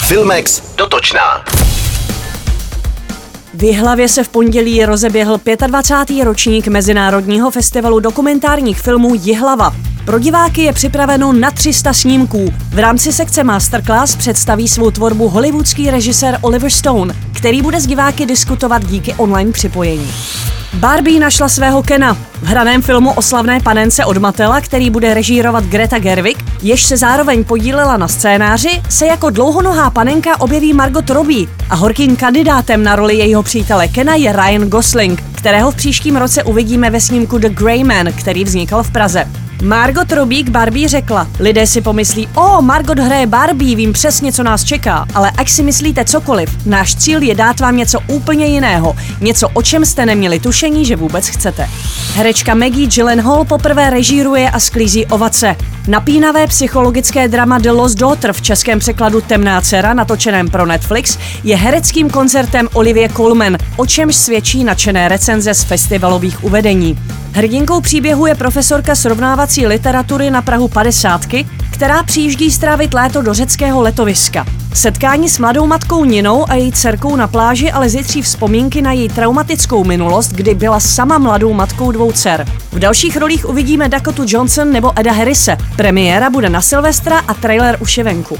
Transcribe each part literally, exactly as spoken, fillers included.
Filmex dotočná. V Jihlavě se v pondělí rozeběhl dvacátý pátý ročník Mezinárodního festivalu dokumentárních filmů Jihlava. Pro diváky je připraveno na tři sta snímků. V rámci sekce Masterclass představí svou tvorbu hollywoodský režisér Oliver Stone, který bude s diváky diskutovat díky online připojení. Barbie našla svého Kena. V hraném filmu o slavné panence od Mattela, který bude režírovat Greta Gerwig, jež se zároveň podílela na scénáři, se jako dlouhonohá panenka objeví Margot Robbie a horkým kandidátem na roli jejího přítele Kena je Ryan Gosling, kterého v příštím roce uvidíme ve snímku The Grey Man, který vznikal v Praze. Margot Robbie k Barbie řekla: lidé si pomyslí, o, Margot hraje Barbie, vím přesně, co nás čeká, ale ať si myslíte cokoliv, náš cíl je dát vám něco úplně jiného, něco, o čem jste neměli tušení, že vůbec chcete. Herečka Maggie Gyllenhaal poprvé režíruje a sklízí ovace. Napínavé psychologické drama The Lost Daughter, v českém překladu Temná dcera, natočeném pro Netflix, je hereckým koncertem Olivie Colman, o čemž svědčí nadšené recenze z festivalových uvedení. Hrdinkou příběhu je profesorka srovnávací literatury na prahu padesátky, která přijíždí strávit léto do řeckého letoviska. Setkání s mladou matkou Ninou a její dcerkou na pláži ale zjitří vzpomínky na její traumatickou minulost, kdy byla sama mladou matkou dvou dcer. V dalších rolích uvidíme Dakotu Johnson nebo Eda Harrise. Premiéra bude na Silvestra a trailer už je venku.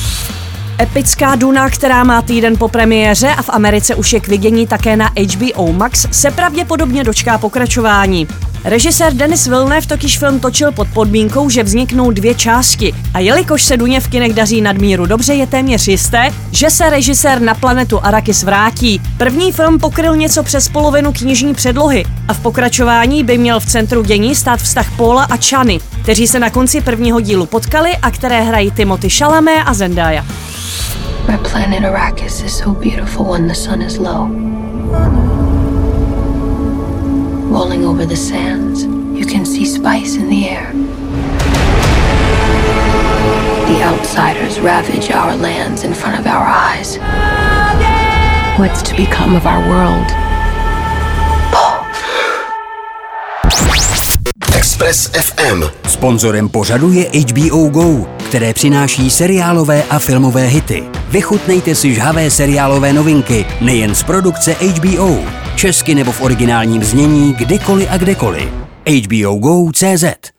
Epická Duna, která má týden po premiéře a v Americe už je k vidění také na H B O Max, se pravděpodobně dočká pokračování. Režisér Denis Villeneuve totiž film točil pod podmínkou, že vzniknou dvě části. A jelikož se Duně v kinech daří nadmíru dobře, je téměř jisté, že se režisér na planetu Arrakis vrátí. První film pokryl něco přes polovinu knižní předlohy a v pokračování by měl v centru dění stát vztah Paula a Chany, kteří se na konci prvního dílu potkali a které hrají Timothée Chalamet a Zendaya. My planet Arrakis is so beautiful when the sun is low. Rolling over the sands, you can see spice in the air. The outsiders ravage our lands in front of our eyes. What's to become of our world? Express F M. Sponzorem pořadu je H B O Go, které přináší seriálové a filmové hity. Vychutnejte si žhavé seriálové novinky nejen z produkce H B O, česky nebo v originálním znění kdykoliv a kdekoliv. H B O Go tečka cé zet